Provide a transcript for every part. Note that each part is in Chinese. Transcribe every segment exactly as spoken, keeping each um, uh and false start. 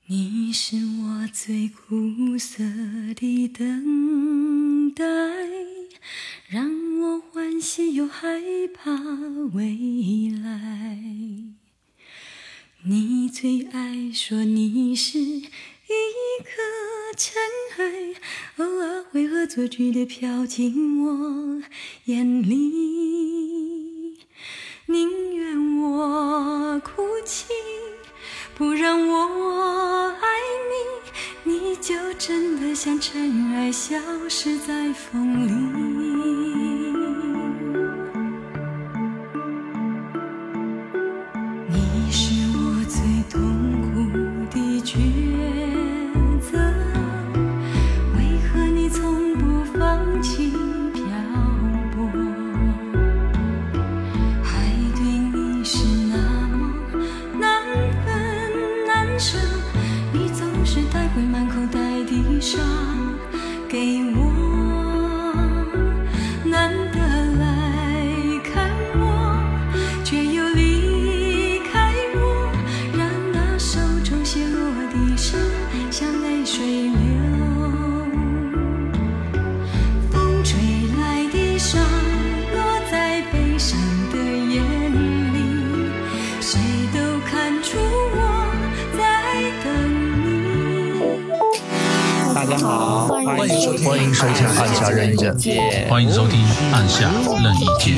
你是我最苦涩的等待，让我欢喜又害怕未来。你最爱说你是一颗尘埃，偶尔会恶作剧地飘进我眼里，宁愿我哭泣，不让我爱你，你就真的像尘埃消失在风里。你是我最痛苦的抉择，为何你从不放弃漂泊？爱对你是那么难分难舍，你总是带回满口袋的伤给我，难得来看我，却又离开我，让那手中写落的伤像泪水流。风吹来的沙落在悲伤的眼里，谁都看出我在等你。 大家好，欢迎收听欢迎收听按下任意键，欢迎收听按下任意键。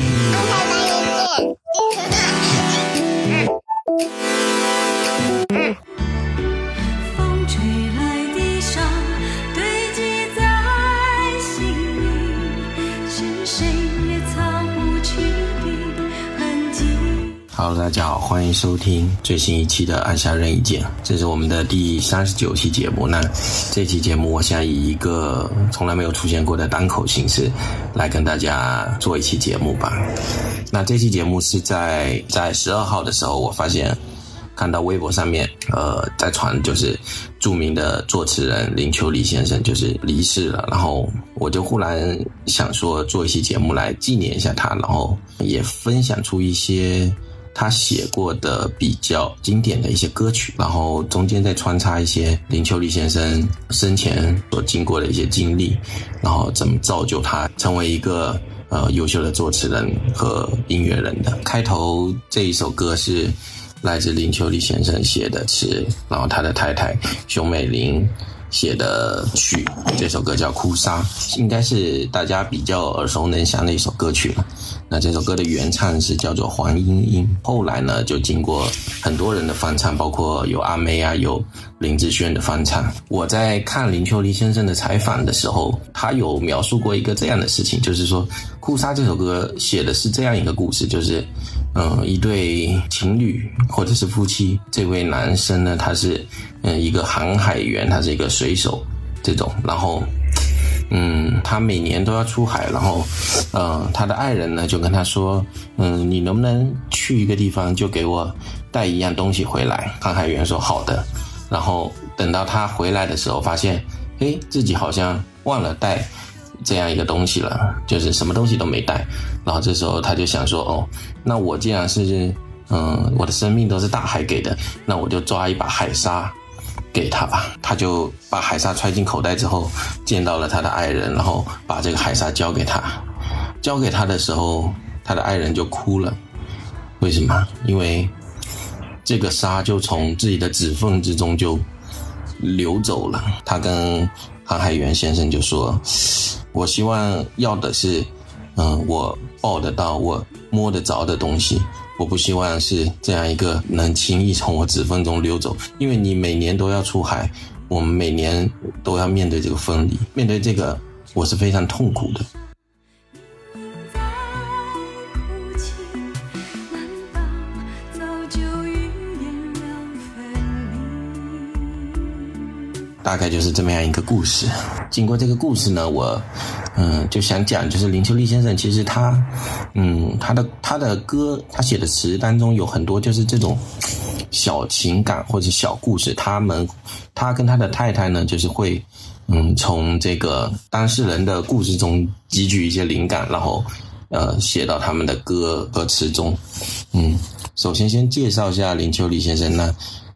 风吹来的沙堆积在心里，是谁也擦不去的痕迹。 Hello， 大家好，欢迎收听最新一期的按下任意键，这是我们的第三十九期节目。那这期节目我想以一个从来没有出现过的单口形式来跟大家做一期节目吧。那这期节目是在在十二号的时候，我发现看到微博上面呃在传，就是著名的作词人林秋离先生就是离世了，然后我就忽然想说做一期节目来纪念一下他，然后也分享出一些他写过的比较经典的一些歌曲，然后中间再穿插一些林秋离先生生前所经过的一些经历，然后怎么造就他成为一个呃优秀的作词人和音乐人的。开头这一首歌是来自林秋离先生写的词，然后他的太太熊美玲写的曲，这首歌叫《哭砂》，应该是大家比较耳熟能详的一首歌曲了。那这首歌的原唱是叫做黄莺莺，后来呢就经过很多人的翻唱，包括有阿妹啊，有林志炫的翻唱。我在看林秋离先生的采访的时候，他有描述过一个这样的事情，就是说《哭砂》这首歌写的是这样一个故事，就是嗯，一对情侣或者是夫妻，这位男生呢他是嗯一个航海员，他是一个水手这种，然后嗯，他每年都要出海，然后，呃，他的爱人呢就跟他说，嗯，你能不能去一个地方就给我带一样东西回来？航海员说好的。然后等到他回来的时候，发现，诶，自己好像忘了带这样一个东西了，就是什么东西都没带。然后这时候他就想说，哦，那我既然是，嗯，我的生命都是大海给的，那我就抓一把海沙给他吧。他就把海沙揣进口袋之后，见到了他的爱人，然后把这个海沙交给他。交给他的时候，他的爱人就哭了。为什么？因为这个沙就从自己的指缝之中就流走了。他跟航海员先生就说，我希望要的是嗯，我抱得到我摸得着的东西，我不希望是这样一个能轻易从我指缝中溜走。因为你每年都要出海，我们每年都要面对这个分离，面对这个我是非常痛苦的。大概就是这么样一个故事。经过这个故事呢，我嗯就想讲，就是林秋离先生其实他嗯他的他的歌，他写的词当中有很多就是这种小情感或者小故事。他们他跟他的太太呢，就是会嗯从这个当事人的故事中汲取一些灵感，然后呃写到他们的歌和词中。嗯，首先先介绍一下林秋离先生呢。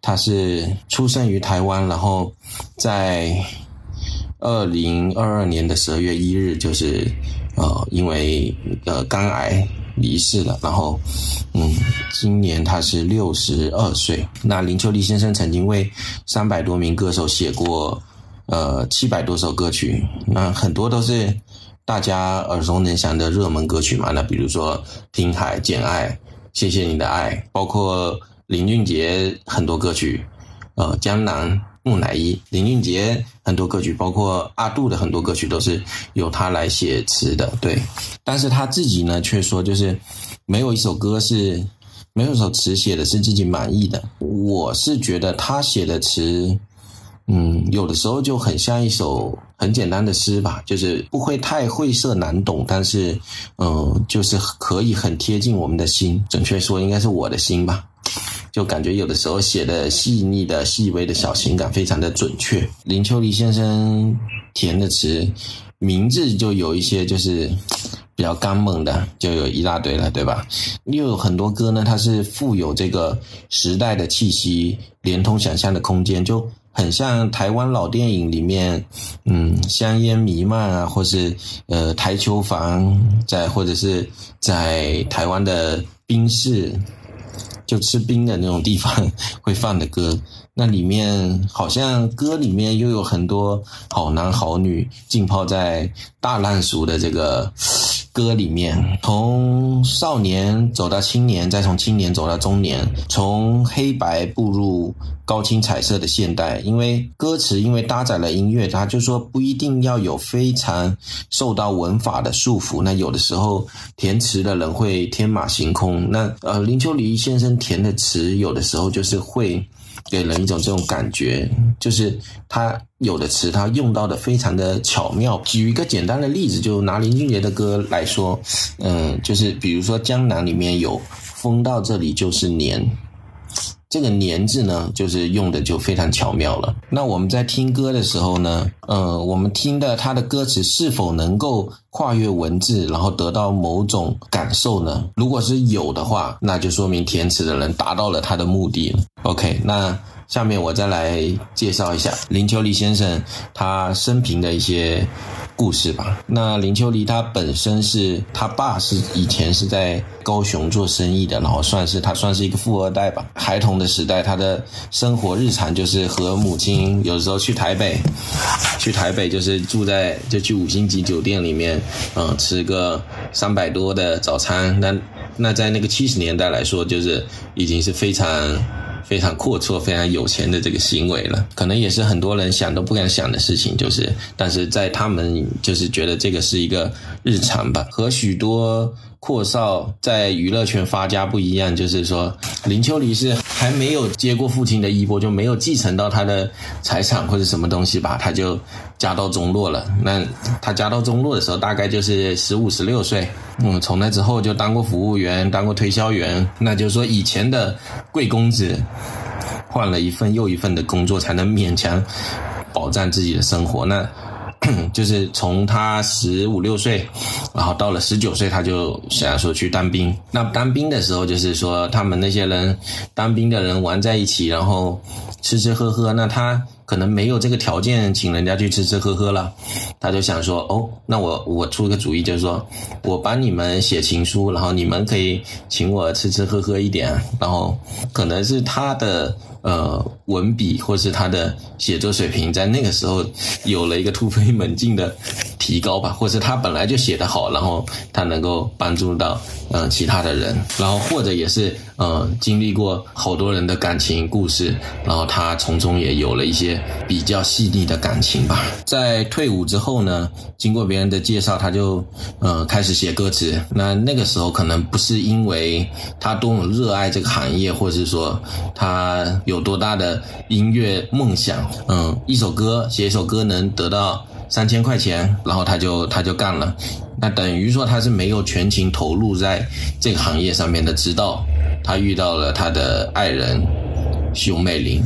他是出生于台湾，然后在二零二二年的十二月一日，就是呃因为呃肝癌离世了，然后嗯，今年他是六十二岁。那林秋离先生曾经为三百多名歌手写过呃七百多首歌曲，那很多都是大家耳熟能详的热门歌曲嘛。那比如说听海、简爱、谢谢你的爱，包括林俊杰很多歌曲，呃江南、木乃伊，林俊杰很多歌曲，包括阿杜的很多歌曲都是由他来写词的，对。但是他自己呢却说，就是没有一首歌是没有一首词写的是自己满意的。我是觉得他写的词嗯，有的时候就很像一首很简单的诗吧，就是不会太晦涩难懂，但是嗯、呃，就是可以很贴近我们的心，准确说应该是我的心吧。就感觉有的时候写的细腻的细微的小情感非常的准确。林秋离先生填的词名字就有一些就是比较刚猛的，就有一大堆了，对吧？又有很多歌呢，它是富有这个时代的气息，连通想象的空间，就很像台湾老电影里面嗯香烟弥漫啊，或是呃台球房，在或者是在台湾的宾士就吃冰的那种地方会放的歌。那里面好像歌里面又有很多好男好女浸泡在大烂熟的这个歌里面，从少年走到青年，再从青年走到中年，从黑白步入高清彩色的现代。因为歌词因为搭载了音乐，他就说不一定要有非常受到文法的束缚，那有的时候填词的人会天马行空。那呃林秋离先生填的词有的时候就是会给人一种这种感觉，就是他有的词他用到的非常的巧妙。举一个简单的例子，就拿林俊杰的歌来说，嗯，就是比如说江南里面有风到这里就是年，这个年字呢就是用的就非常巧妙了。那我们在听歌的时候呢，呃，我们听的他的歌词是否能够跨越文字，然后得到某种感受呢？如果是有的话，那就说明填词的人达到了他的目的了。 OK， 那下面我再来介绍一下林秋离先生他生平的一些故事吧。那林秋离他本身是他爸是以前是在高雄做生意的，然后算是他算是一个富二代吧。孩童的时代，他的生活日常就是和母亲有时候去台北，去台北就是住在就去五星级酒店里面，嗯，吃个三百多的早餐。那那在那个七十年代来说，就是已经是非常非常阔绰非常有钱的这个行为了，可能也是很多人想都不敢想的事情，就是但是在他们就是觉得这个是一个日常吧。和许多阔少在娱乐圈发家不一样，就是说林秋离是还没有接过父亲的衣钵，就没有继承到他的财产或者什么东西吧，他就家道中落了。那他家道中落的时候大概就是十五十六岁，嗯，从那之后就当过服务员，当过推销员。那就是说以前的贵公子换了一份又一份的工作才能勉强保障自己的生活。那就是从他十五六岁，然后到了十九岁他就想说去当兵。那当兵的时候就是说他们那些人当兵的人玩在一起，然后吃吃喝喝，那他可能没有这个条件请人家去吃吃喝喝了，他就想说哦，那我我出个主意，就是说我帮你们写情书，然后你们可以请我吃吃喝喝一点。然后可能是他的呃文笔或是他的写作水平在那个时候有了一个突飞猛进的提高吧，或是他本来就写得好，然后他能够帮助到呃其他的人，然后或者也是呃经历过好多人的感情故事，然后他从中也有了一些比较细腻的感情吧。在退伍之后呢，经过别人的介绍，他就呃开始写歌词。那那个时候可能不是因为他多么热爱这个行业，或是说他有多大的音乐梦想，嗯，一首歌写一首歌能得到三千块钱，然后他就他就干了。那等于说他是没有全情投入在这个行业上面的，直到他遇到了他的爱人熊美玲。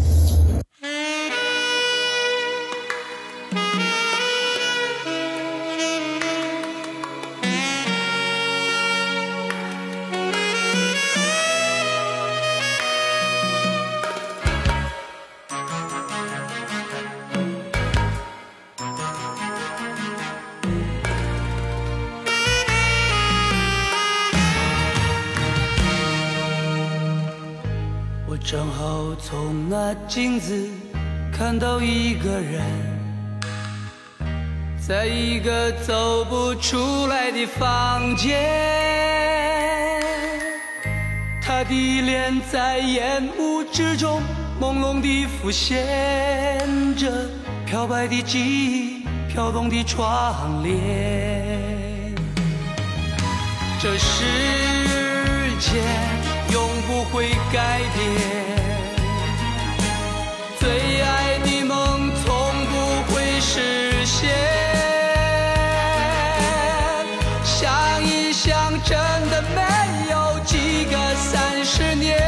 从那镜子看到一个人，在一个走不出来的房间，他的脸在烟雾之中朦胧地浮现着，飘白的记忆，飘动的窗帘。这世界永不会改变，最爱的梦从不会实现。想一想，真的没有几个三十年，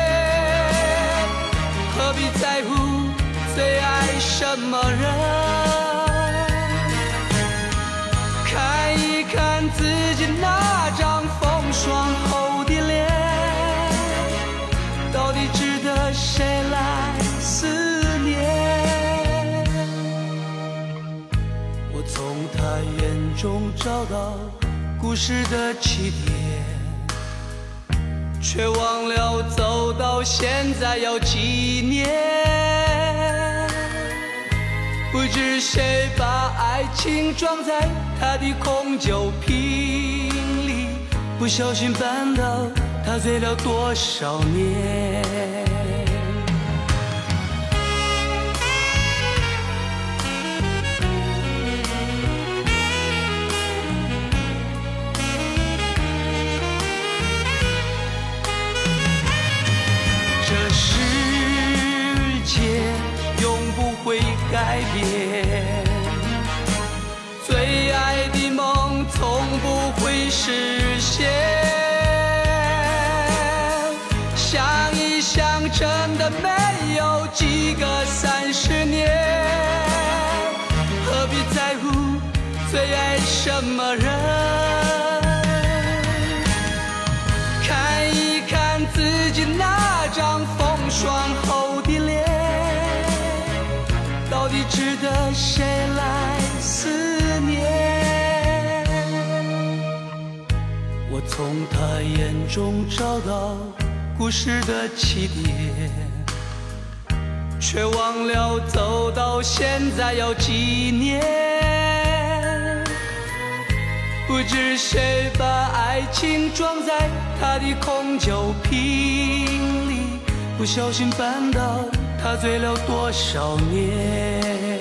何必在乎最爱什么人？看一看自己那张风霜后的脸，到底值得谁来思念？我从他眼中找到故事的起点，却忘了走到现在要几年。不知谁把爱情装在他的空酒瓶里，不小心绊倒他醉了多少年。这世界永不会改变，最爱的梦从不会实现。想一想，真的没有几个三十年，何必在乎最爱什么人？看一看自己那张风霜后的脸，到底值得谁来思念？我从他眼中找到故事的起点，却忘了走到现在要几年。不知谁把爱情装在他的空酒瓶里，不小心绊倒他醉了多少年。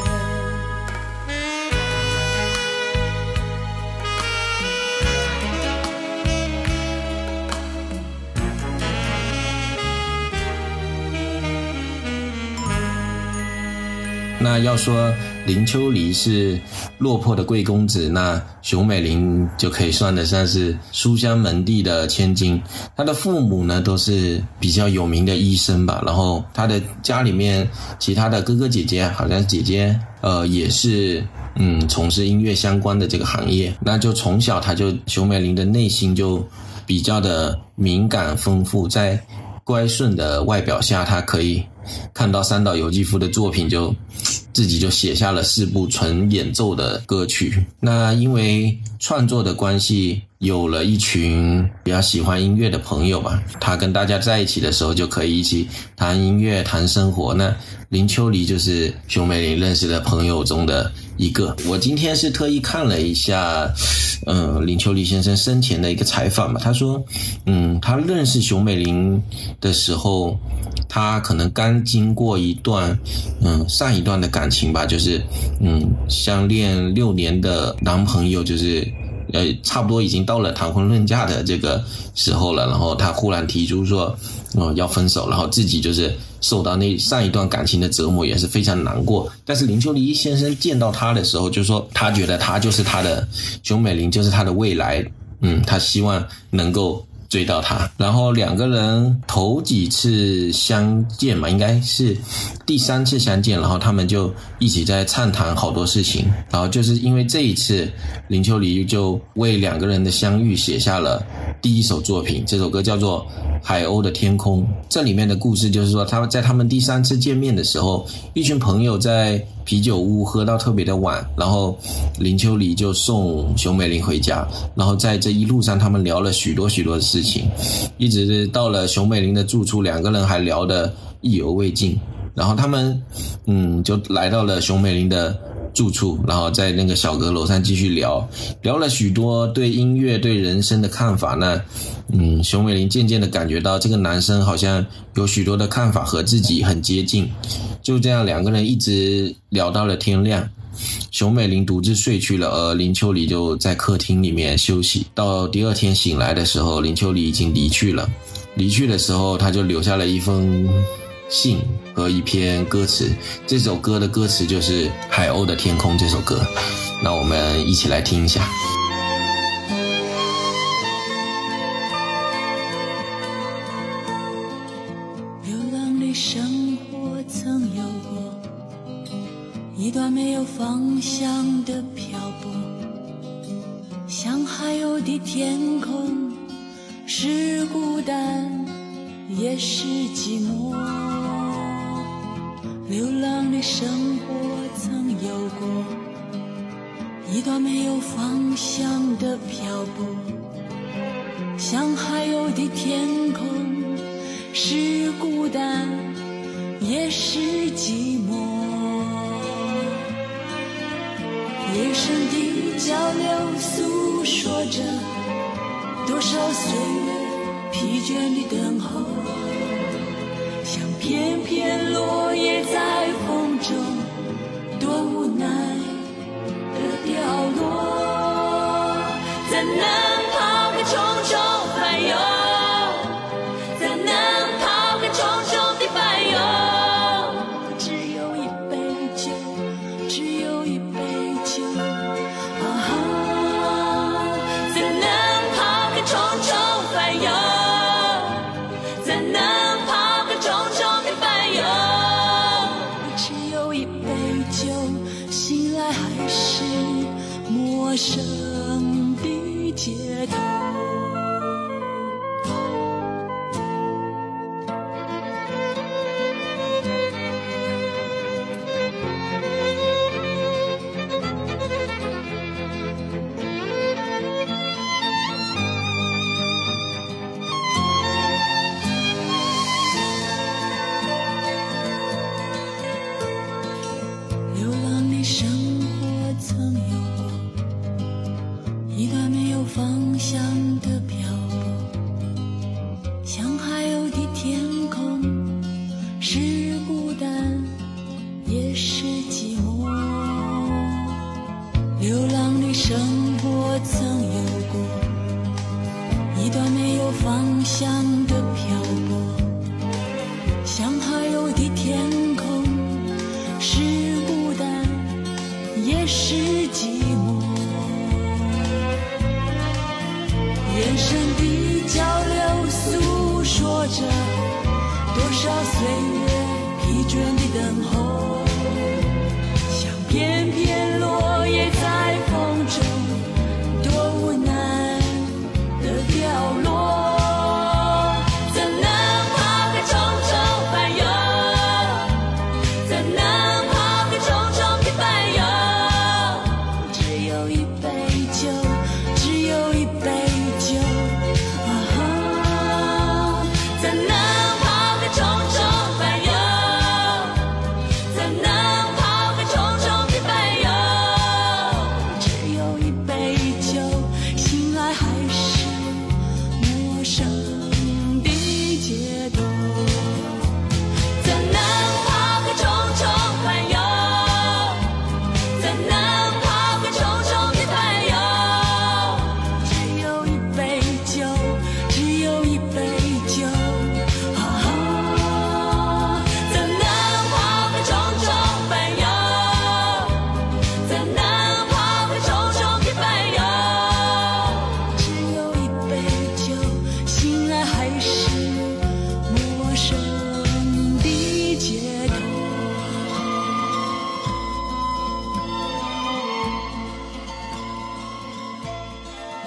那要说林秋离是落魄的贵公子，那熊美玲就可以算得上是书香门第的千金。他的父母呢都是比较有名的医生吧，然后他的家里面其他的哥哥姐姐，好像姐姐呃也是嗯从事音乐相关的这个行业。那就从小他就熊美玲的内心就比较的敏感丰富，在乖顺的外表下，他可以看到三岛由纪夫的作品，就自己就写下了四部纯演奏的歌曲。那因为创作的关系，有了一群比较喜欢音乐的朋友吧，他跟大家在一起的时候就可以一起谈音乐谈生活。那林秋离就是熊美玲认识的朋友中的一个。我今天是特意看了一下呃，林秋离先生生前的一个采访嘛，他说嗯，他认识熊美玲的时候，他可能刚经过一段嗯上一段的感情吧，就是嗯相恋六年的男朋友，就是呃差不多已经到了谈婚论嫁的这个时候了，然后他忽然提出说呃要分手，然后自己就是受到那上一段感情的折磨，也是非常难过。但是林秋离先生见到他的时候就说，他觉得他就是他的熊美玲，就是他的未来，嗯，他希望能够追到他。然后两个人头几次相见嘛，应该是第三次相见，然后他们就一起在畅谈好多事情。然后就是因为这一次，林秋离就为两个人的相遇写下了第一首作品，这首歌叫做海鸥的天空。这里面的故事就是说，他们在他们第三次见面的时候，一群朋友在啤酒屋喝到特别的晚，然后林秋离就送熊美玲回家，然后在这一路上他们聊了许多许多的事情，一直到了熊美玲的住处，两个人还聊得意犹未尽。然后他们嗯就来到了熊美玲的住处，然后在那个小阁楼上继续聊聊了许多对音乐对人生的看法。那嗯，熊美玲渐渐的感觉到这个男生好像有许多的看法和自己很接近，就这样两个人一直聊到了天亮。熊美玲独自睡去了，而林秋离就在客厅里面休息。到第二天醒来的时候，林秋离已经离去了。离去的时候他就留下了一封信和一篇歌词，这首歌的歌词就是《海鸥的天空》这首歌。那我们一起来听一下。 流浪的生活曾有过一段没有方向的漂泊，像海鸥的天空，是孤单也是寂寞。流浪的生活曾有过一段没有方向的漂泊，像海鸥的天空，是孤单也是寂寞。夜深的交流诉说着多少岁月疲倦的等候，像片片落叶在风中，多无奈的掉落。怎能抛开重重烦忧，怎能抛开重重的烦忧，只有一杯酒，只有一杯酒，啊哈，怎能抛开重重烦忧，怎能抛开重重的烦忧，只有一杯酒，醒来还是陌生的街头。流浪的生活曾有过一段没有方向的漂泊，像海鸥的天空，是孤单也是寂寞。流浪的生活曾有过一段没有方向的漂泊，像海鸥的天空，是孤单也是寂寞。眼神的交流诉说着多少岁月疲倦的等候，像片片落叶在风中，多无奈的掉落。怎能抛开重重烦忧，怎能抛开重重的烦忧，只有一杯酒，只有一杯酒，啊哈，怎能抛开重重烦忧，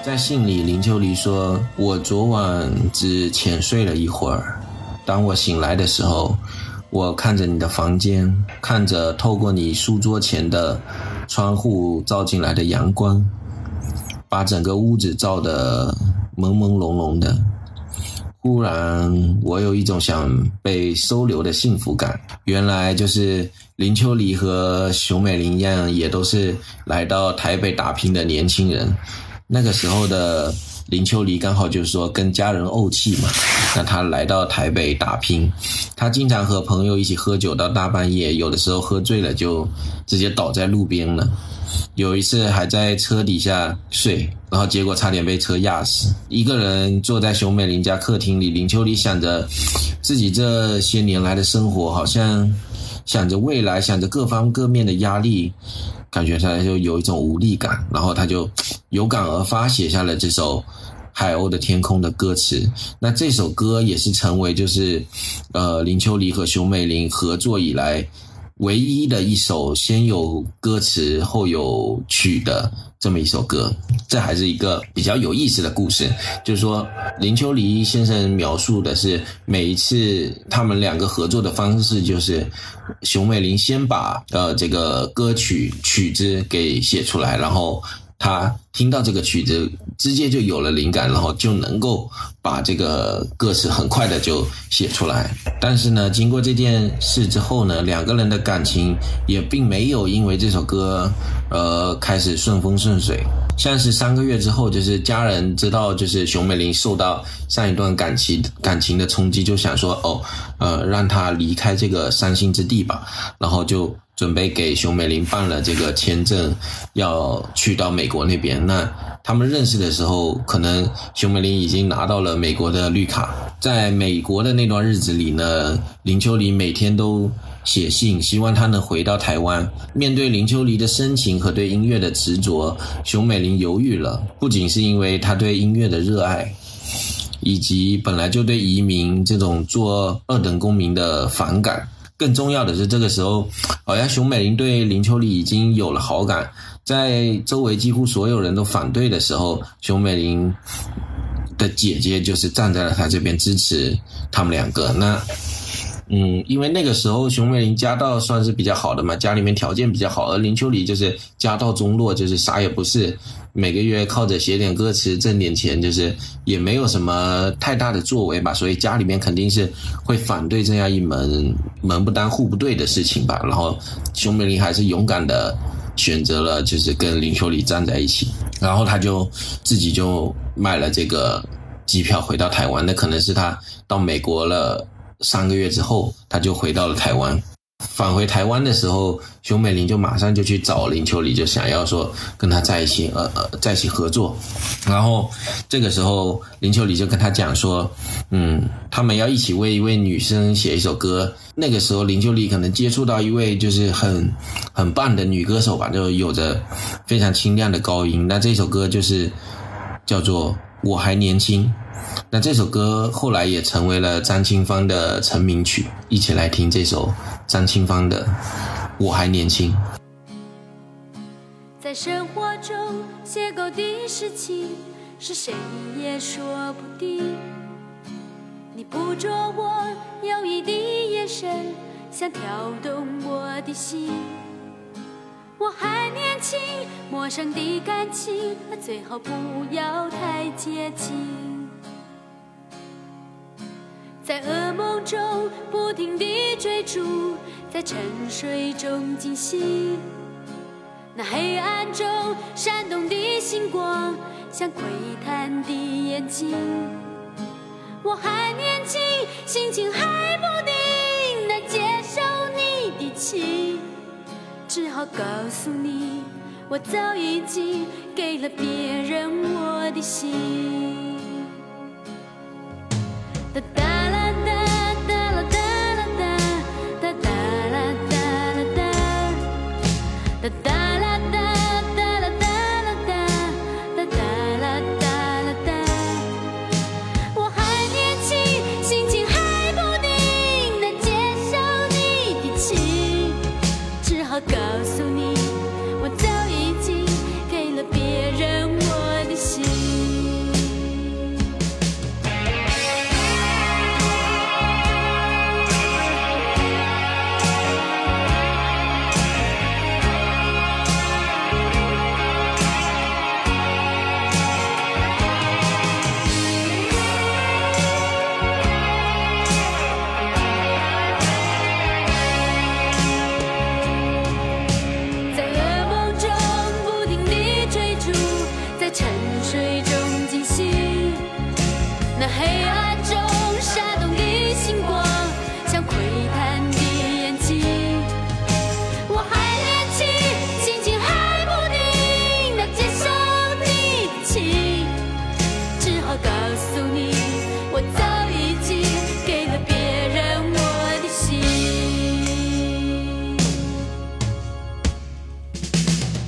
在信里，林秋离说：“我昨晚只浅睡了一会儿，当我醒来的时候，我看着你的房间，看着透过你书桌前的窗户照进来的阳光，把整个屋子照得朦朦胧胧的。忽然我有一种想被收留的幸福感，原来就是林秋离和熊美玲一样，也都是来到台北打拼的年轻人。那个时候的林秋离刚好就是说跟家人怄气嘛，那他来到台北打拼，他经常和朋友一起喝酒到大半夜，有的时候喝醉了就直接倒在路边了。有一次还在车底下睡，然后结果差点被车压死。一个人坐在熊美玲家客厅里，林秋离想着自己这些年来的生活，好像想着未来，想着各方各面的压力，感觉他就有一种无力感，然后他就有感而发，写下了这首海鸥的天空的歌词。那这首歌也是成为就是呃林秋离和熊美玲合作以来唯一的一首先有歌词后有曲的这么一首歌。这还是一个比较有意思的故事，就是说林秋离先生描述的是每一次他们两个合作的方式，就是熊美玲先把呃这个歌曲曲子给写出来，然后他听到这个曲子直接就有了灵感，然后就能够把这个歌词很快的就写出来。但是呢，经过这件事之后呢，两个人的感情也并没有因为这首歌呃开始顺风顺水。像是三个月之后，就是家人知道就是熊美玲受到上一段感情感情的冲击，就想说哦呃让她离开这个伤心之地吧，然后就准备给熊美玲办了这个签证，要去到美国那边。那他们认识的时候，可能熊美玲已经拿到了美国的绿卡。在美国的那段日子里呢，林秋离每天都写信，希望他能回到台湾。面对林秋离的深情和对音乐的执着，熊美玲犹豫了，不仅是因为他对音乐的热爱，以及本来就对移民这种做二等公民的反感，更重要的是这个时候好像熊美玲对林秋离已经有了好感。在周围几乎所有人都反对的时候，熊美玲的姐姐就是站在了她这边支持他们两个。那嗯，因为那个时候熊美玲家道算是比较好的嘛，家里面条件比较好，而林秋离就是家道中落，就是啥也不是，每个月靠着写点歌词挣点钱，就是也没有什么太大的作为吧，所以家里面肯定是会反对这样一门门不当户不对的事情吧。然后熊美玲还是勇敢的选择了就是跟林秋离站在一起，然后他就自己就买了这个机票回到台湾。那可能是他到美国了三个月之后，他就回到了台湾。返回台湾的时候，熊美玲就马上就去找林秋离，就想要说跟他在一起呃呃在一起合作。然后这个时候林秋离就跟他讲说嗯他们要一起为一位女生写一首歌。那个时候林秋离可能接触到一位就是很很棒的女歌手吧，就有着非常清亮的高音。那这首歌就是叫做我还年轻。那这首歌后来也成为了张清芳的成名曲，一起来听这首张清芳的我还年轻。 在生活中邂逅的事情是谁也说不定，你捕捉我有意的眼神，想挑动我的心。我还年轻，陌生的感情最好不要太接近。在噩梦中不停地追逐，在沉睡中惊醒，那黑暗中闪动的星光像窥探的眼睛。我还年轻，心情还不定，难接受你的情，只好告诉你，我早已经给了别人我的心。哒哒啦哒哒啦哒啦哒，哒哒啦哒啦哒，哒哒啦哒哒啦哒啦哒，哒哒啦哒啦哒。我还年轻，心情还不定，难接受你的情，只好告诉你，我早已经给了别人我的心。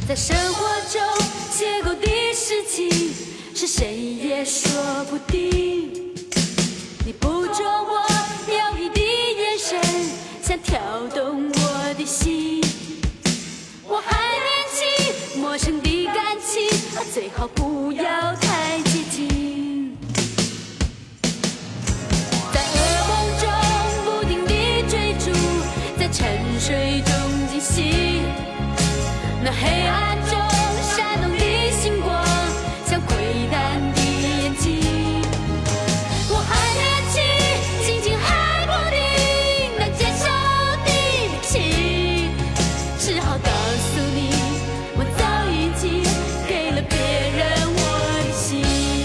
在生活中邂逅的事情，是谁也说不定。你捕捉我摇曳的眼神，想挑动我的心。我还年轻，陌生的感情，最好不要太接近。在噩梦中不停地追逐，在沉睡中惊醒。那黑暗中闪动的星光，像窥探的眼睛。我还年轻，心情还不定，难接受的情，只好告诉你，我早已经给了别人我的心。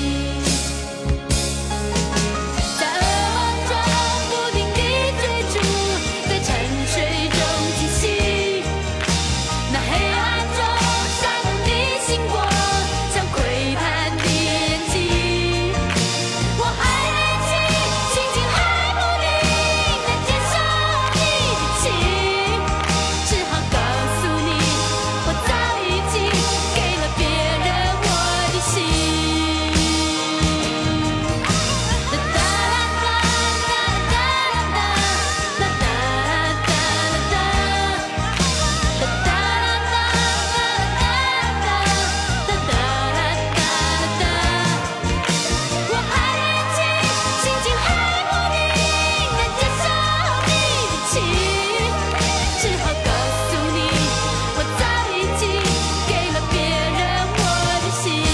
在噩梦中不停地追逐，在沉睡中惊醒。那黑暗中闪动的星光，像窥探的眼睛。我还年轻，心情还不定，难接受你的情，只好告诉你，我早已经给了别人我的心。哒哒啦哒哒哒哒哒哒哒哒哒哒。我还年轻，心情还不定，难接受你的情，只好告诉你，我早已经给了别人我的心。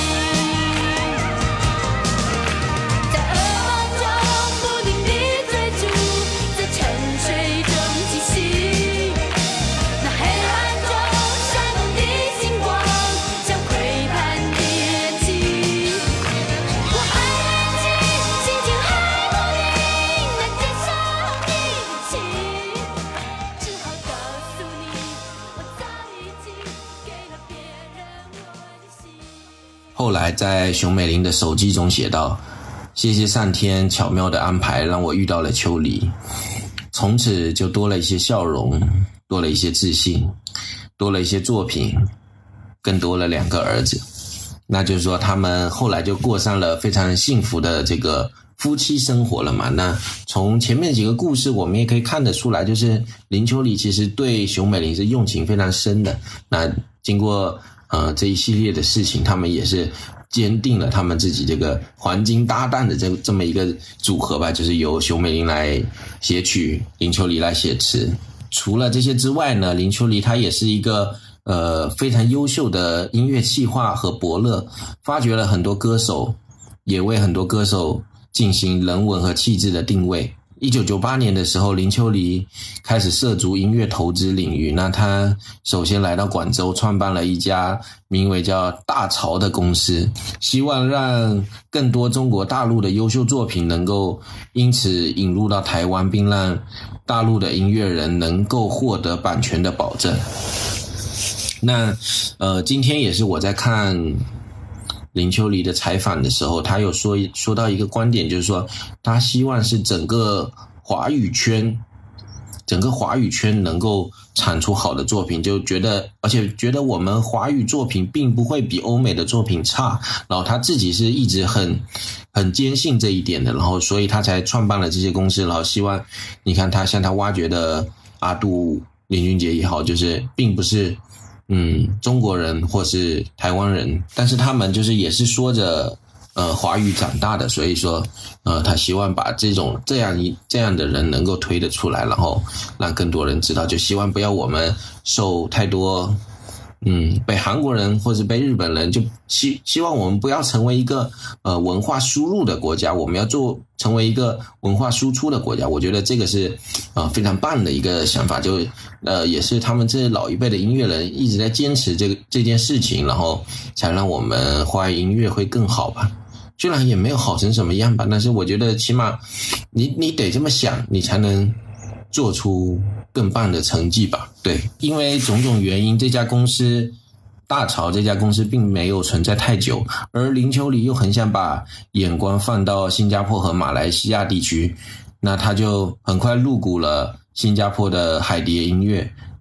在噩梦中不停地追逐，在沉睡中惊醒。那黑暗中闪动的星光，像窥探的眼睛。我还年轻，心情还不定，难接受你的情，只好告诉你，我早已经给了别人我的心。 后来在熊美玲的手记中写道：谢谢上天巧妙的安排，让我遇到了秋离，从此就多了一些笑容，多了一些自信，多了一些作品，更多了两个儿子。那就是说他们后来就过上了非常幸福的这个夫妻生活了嘛。那从前面几个故事我们也可以看得出来，就是林秋离其实对熊美玲是用情非常深的。那经过呃这一系列的事情，他们也是坚定了他们自己这个黄金搭档的这这么一个组合吧，就是由熊美玲来写曲，林秋离来写词。除了这些之外呢，林秋离他也是一个呃非常优秀的音乐企划和伯乐，发掘了很多歌手，也为很多歌手进行人文和气质的定位。一九九八年的时候，林秋离开始涉足音乐投资领域。那他首先来到广州，创办了一家名为叫大潮的公司，希望让更多中国大陆的优秀作品能够因此引入到台湾，并让大陆的音乐人能够获得版权的保证。那呃，今天也是我在看林秋离的采访的时候，他有说说到一个观点，就是说他希望是整个华语圈整个华语圈能够产出好的作品，就觉得而且觉得我们华语作品并不会比欧美的作品差，然后他自己是一直很很坚信这一点的，然后所以他才创办了这些公司，然后希望你看他像他挖掘的阿杜、林俊杰也好，就是并不是嗯，中国人或是台湾人，但是他们就是也是说着呃华语长大的，所以说呃他希望把这种这样一这样的人能够推得出来，然后让更多人知道，就希望不要我们受太多嗯被韩国人或是被日本人就希希望我们不要成为一个呃文化输入的国家，我们要做成为一个文化输出的国家。我觉得这个是呃非常棒的一个想法，就呃也是他们这老一辈的音乐人一直在坚持这个这件事情，然后才让我们华语音乐会更好吧。虽然也没有好成什么样吧，但是我觉得起码你你得这么想，你才能做出更棒的成绩吧。对，因为种种原因，这家公司大潮这家公司并没有存在太久，而林秋离又很想把眼光放到新加坡和马来西亚地区，那他就很快入股了新加坡的海蝶音乐，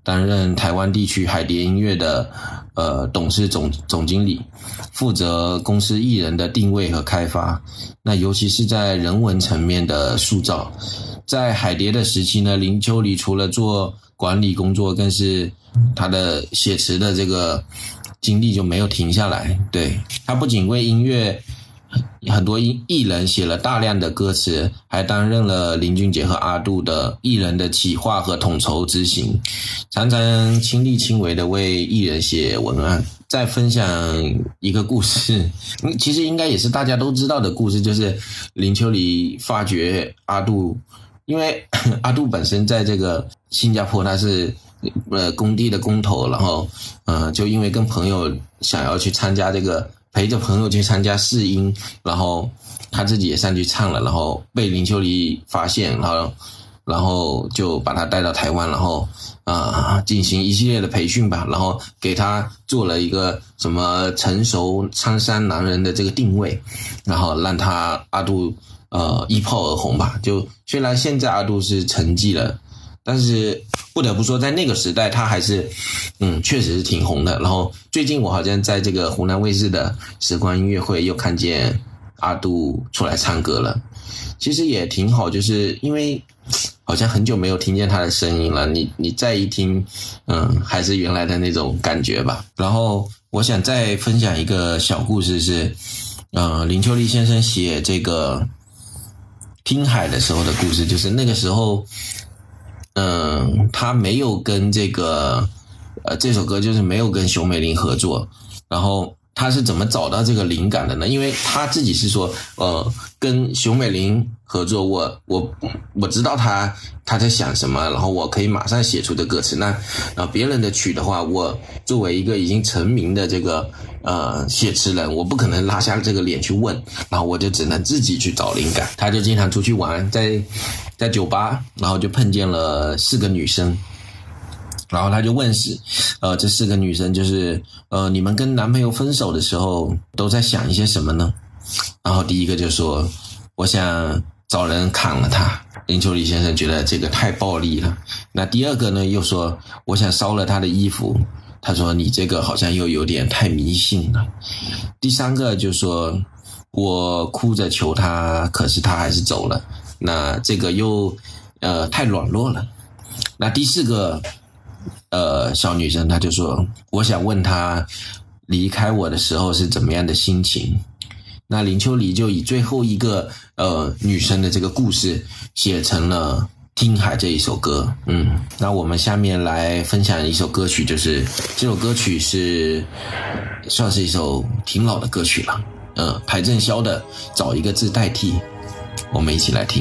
担任台湾地区海蝶音乐的呃董事总总经理，负责公司艺人的定位和开发，那尤其是在人文层面的塑造。在海蝶的时期呢，林秋离除了做管理工作，更是他的写词的这个经历就没有停下来。对，他不仅为音乐很多艺人写了大量的歌词，还担任了林俊杰和阿杜的艺人的企划和统筹执行，常常亲力亲为的为艺人写文案。再分享一个故事，其实应该也是大家都知道的故事，就是林秋离发掘阿杜，因为阿杜本身在这个新加坡他是呃工地的工头，然后呃就因为跟朋友想要去参加这个陪着朋友去参加试音，然后他自己也上去唱了，然后被林秋离发现，然后然后就把他带到台湾，然后啊、呃、进行一系列的培训吧，然后给他做了一个什么成熟沧桑男人的这个定位，然后让他阿杜呃一炮而红吧。就虽然现在阿杜是沉寂了，但是不得不说在那个时代他还是嗯确实是挺红的。然后最近我好像在这个湖南卫视的时光音乐会又看见阿杜出来唱歌了，其实也挺好，就是因为好像很久没有听见他的声音了，你你再一听嗯还是原来的那种感觉吧。然后我想再分享一个小故事是呃林秋离先生写这个听海的时候的故事，就是那个时候嗯他没有跟这个呃这首歌就是没有跟熊美玲合作，然后他是怎么找到这个灵感的呢？因为他自己是说呃跟熊美玲合作，我我我知道他他在想什么，然后我可以马上写出的歌词。那呃别人的曲的话，我作为一个已经成名的这个呃写词人，我不可能拉下这个脸去问，然后我就只能自己去找灵感。他就经常出去玩，在在酒吧，然后就碰见了四个女生。然后他就问是呃这四个女生就是呃你们跟男朋友分手的时候都在想一些什么呢？然后第一个就说我想找人砍了他，林秋离先生觉得这个太暴力了。那第二个呢又说我想烧了他的衣服，他说你这个好像又有点太迷信了。第三个就说我哭着求他，可是他还是走了，那这个又呃太软弱了。那第四个呃，小女生她就说我想问她离开我的时候是怎么样的心情。那林秋离就以最后一个呃女生的这个故事写成了听海这一首歌。嗯，那我们下面来分享一首歌曲，就是这首歌曲是算是一首挺老的歌曲了，呃，邰正宵的找一个字代替，我们一起来听。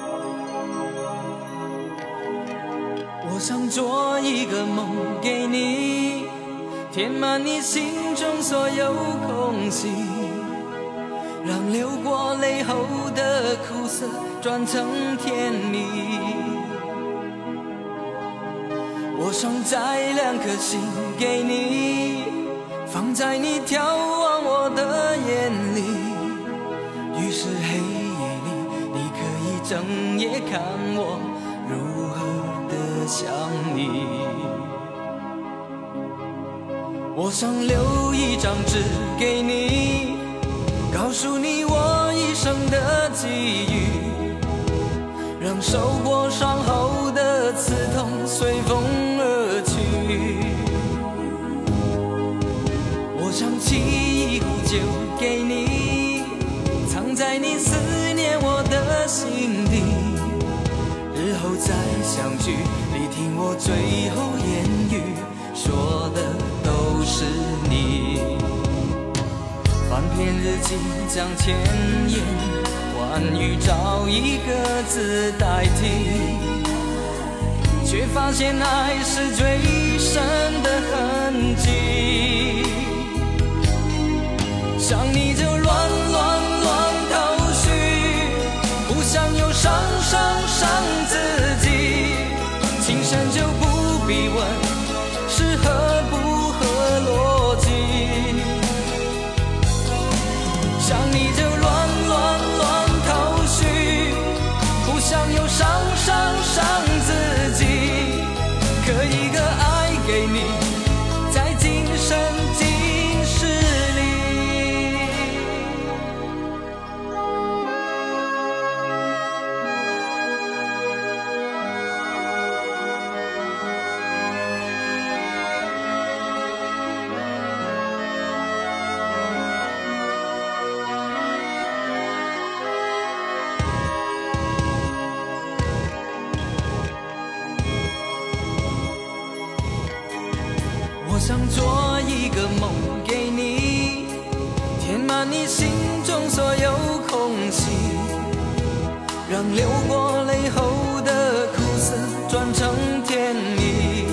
我想做一个梦给你，填满你心中所有空隙，让流过泪后的苦涩转成甜蜜。我想摘两颗心给你，放在你眺望我的眼里，于是黑夜里你可以整夜看我如何的想你。我想留一张纸给你，告诉你我一生的际遇，让受过伤后的刺痛随风而去。我想沏一壶酒给你，藏在你思念我的心底，日后再相聚，你听我最后言语，说的都是你。翻篇日记将千言万语找一个字代替，却发现爱是最深的痕迹。想你就乱乱乱头绪，不想又伤伤伤自己，情深就不必问是合不合逻辑。想你就乱乱乱头绪，不想又伤伤伤自己，可一个爱想做一个梦给你，填满你心中所有空隙，让流过泪后的苦涩转成甜蜜。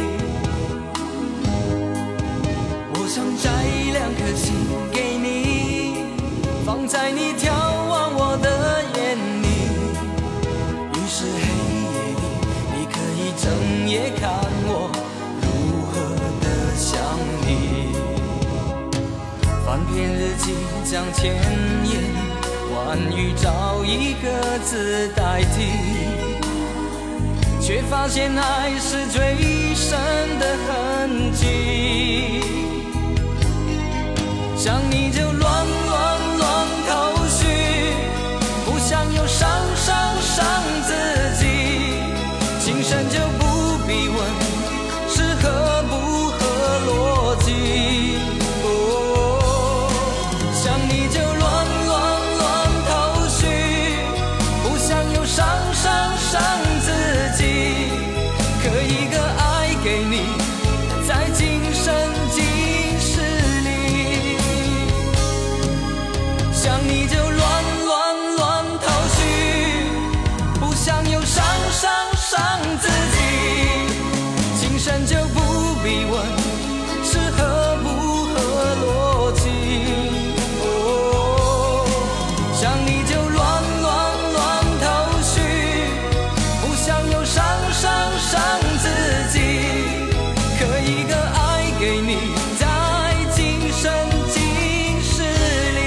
我想摘两颗心给你，放在你眺望我的眼里，于是黑夜里你可以整夜看我如何的想你。翻篇日记将千言万语找一个字代替，却发现爱是最深的痕迹。想你就乱乱乱头绪，不想又伤伤伤自己，情深就不必问是合不合逻辑。哦，想你就乱乱乱头绪，不想又伤伤伤自己，刻一个爱给你，在今生今世里。想你就乱乱乱头绪，不想又伤伤伤自己，情深就不必问是合不合逻辑。哦，想你就乱乱乱头绪，不想又伤伤伤自己，刻一个爱给你，在今生今世里。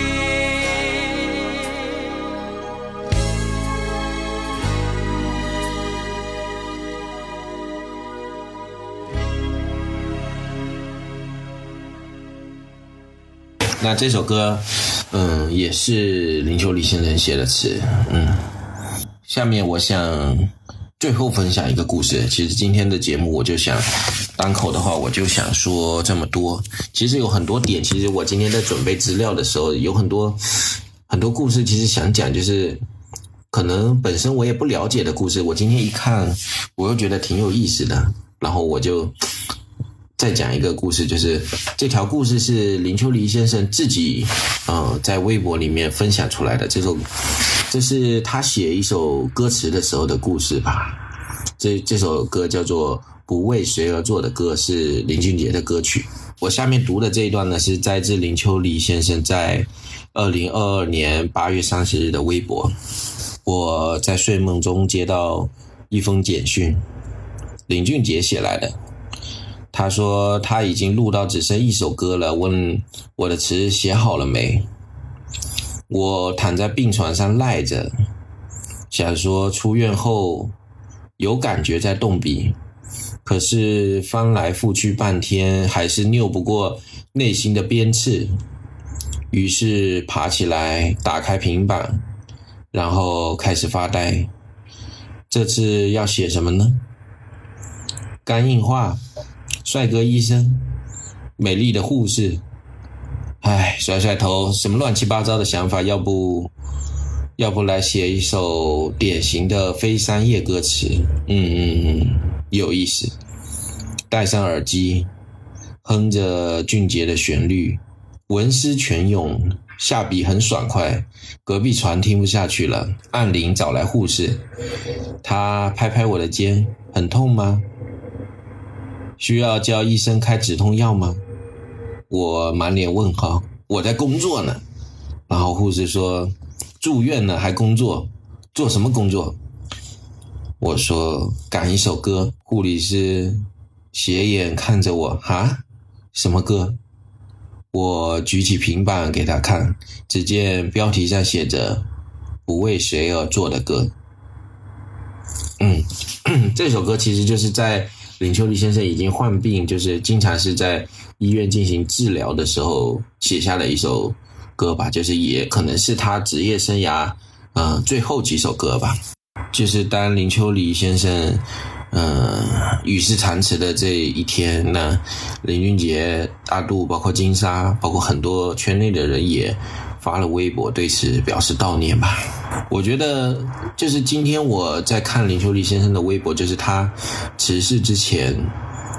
那这首歌，嗯，也是林秋离先生写的词，嗯。下面我想最后分享一个故事。其实今天的节目我就想单口的话，我就想说这么多。其实有很多点，其实我今天在准备资料的时候，有很多很多故事，其实想讲，就是可能本身我也不了解的故事，我今天一看，我又觉得挺有意思的，然后我就再讲一个故事，就是这条故事是林秋离先生自己呃在微博里面分享出来的。这首这是他写一首歌词的时候的故事吧。这这首歌叫做《不为谁而作的歌》，是林俊杰的歌曲。我下面读的这一段呢，是摘自林秋离先生在二零二二年八月三十日的微博。我在睡梦中接到一封简讯，林俊杰写来的。他说他已经录到只剩一首歌了，问我的词写好了没。我躺在病床上赖着，想说出院后有感觉在动笔，可是翻来覆去半天还是拗不过内心的鞭笞，于是爬起来打开平板，然后开始发呆。这次要写什么呢？肝硬化，帅哥医生，美丽的护士。唉，甩甩头，什么乱七八糟的想法，要不要不来写一首典型的非商业歌词。嗯嗯嗯，有意思。戴上耳机，哼着俊杰的旋律，文思泉涌，下笔很爽快。隔壁床听不下去了，按铃找来护士。他拍拍我的肩，很痛吗？需要叫医生开止痛药吗？我满脸问号，我在工作呢。然后护士说，住院了还工作？做什么工作？我说赶一首歌。护理师斜眼看着我，哈？什么歌？我举起平板给他看，只见标题上写着不为谁而作的歌。嗯，这首歌其实就是在林秋离先生已经患病，就是经常是在医院进行治疗的时候写下的一首歌吧，就是也可能是他职业生涯呃最后几首歌吧。就是当林秋离先生呃与世长辞的这一天，那林俊杰、大肚包括金莎包括很多圈内的人也发了微博对此表示悼念吧。我觉得就是今天我在看林秋离先生的微博，就是他辞世之前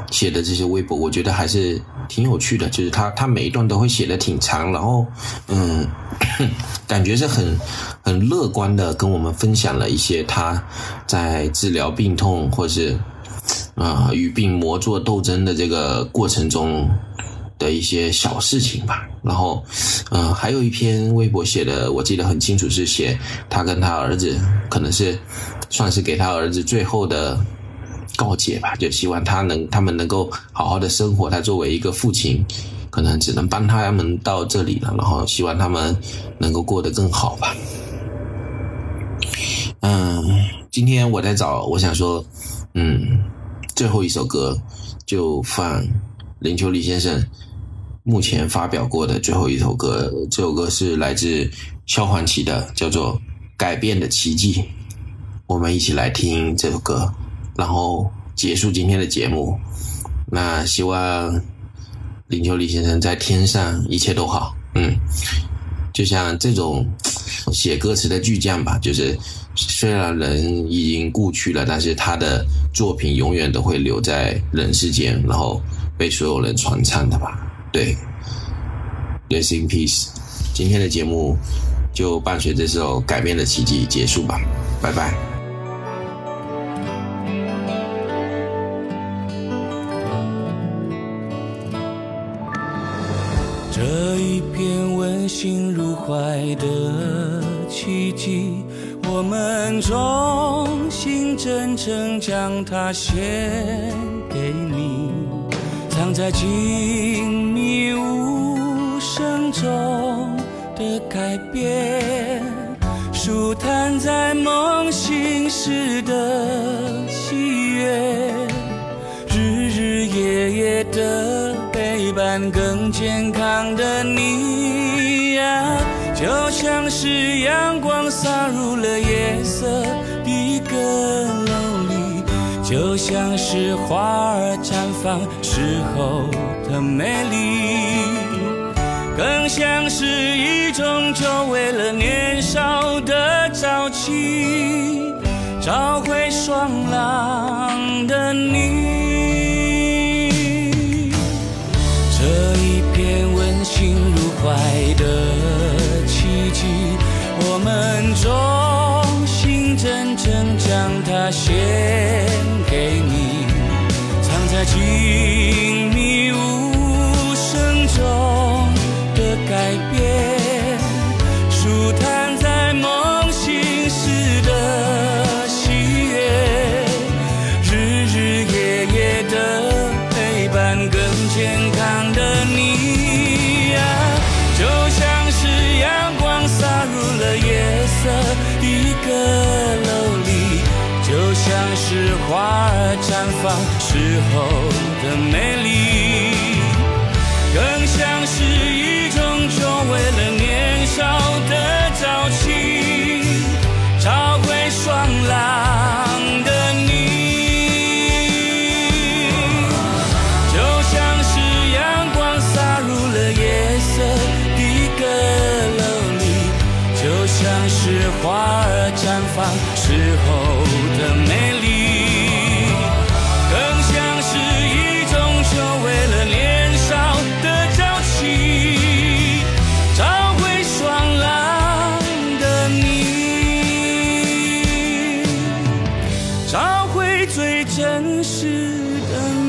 写的这些微博，我觉得还是挺有趣的，就是他他每一段都会写的挺长，然后嗯，感觉是很很乐观的跟我们分享了一些他在治疗病痛或是啊、呃、与病魔作斗争的这个过程中的一些小事情吧。然后呃还有一篇微博写的我记得很清楚，是写他跟他儿子，可能是算是给他儿子最后的告诫吧，就希望他能他们能够好好的生活，他作为一个父亲可能只能帮他们到这里了，然后希望他们能够过得更好吧。嗯，今天我在找，我想说嗯最后一首歌就放林秋离先生目前发表过的最后一首歌，这首歌是来自萧煌奇的，叫做《改变的奇迹》，我们一起来听这首歌，然后结束今天的节目。那希望林秋离先生在天上一切都好。嗯，就像这种写歌词的巨匠吧，就是虽然人已经故去了，但是他的作品永远都会留在人世间，然后被所有人传唱的吧。对 Rest in peace。 今天的节目就伴随这首改变的奇迹结束吧，拜拜。 这一片温馨入怀的奇迹，我们衷心真诚将它献给你，藏在静谧无声中的改变，舒坦在梦醒时的喜悦，日日夜夜的陪伴，更健康的你啊，就像是阳光洒入了夜色的阁楼里，就像是花儿绽放时候的美丽，更像是一种久违了年少的朝气，找回爽朗的你。这一片温馨入怀的奇迹，我们衷心真正将它献给你，藏在静谧无声中的改变，舒坦在梦醒时的喜悦，日日夜夜的陪伴，更健康的你啊，就像是阳光洒入了夜色的阁楼里，就像是花儿绽放时候的美丽，更像是一种久违了年少的朝气，找回爽朗的你，就像是阳光洒入了夜色的阁楼里，就像是花儿绽放时候的美丽，更像是一种久违了年少的朝气，找回爽朗的你，找回最真实的你。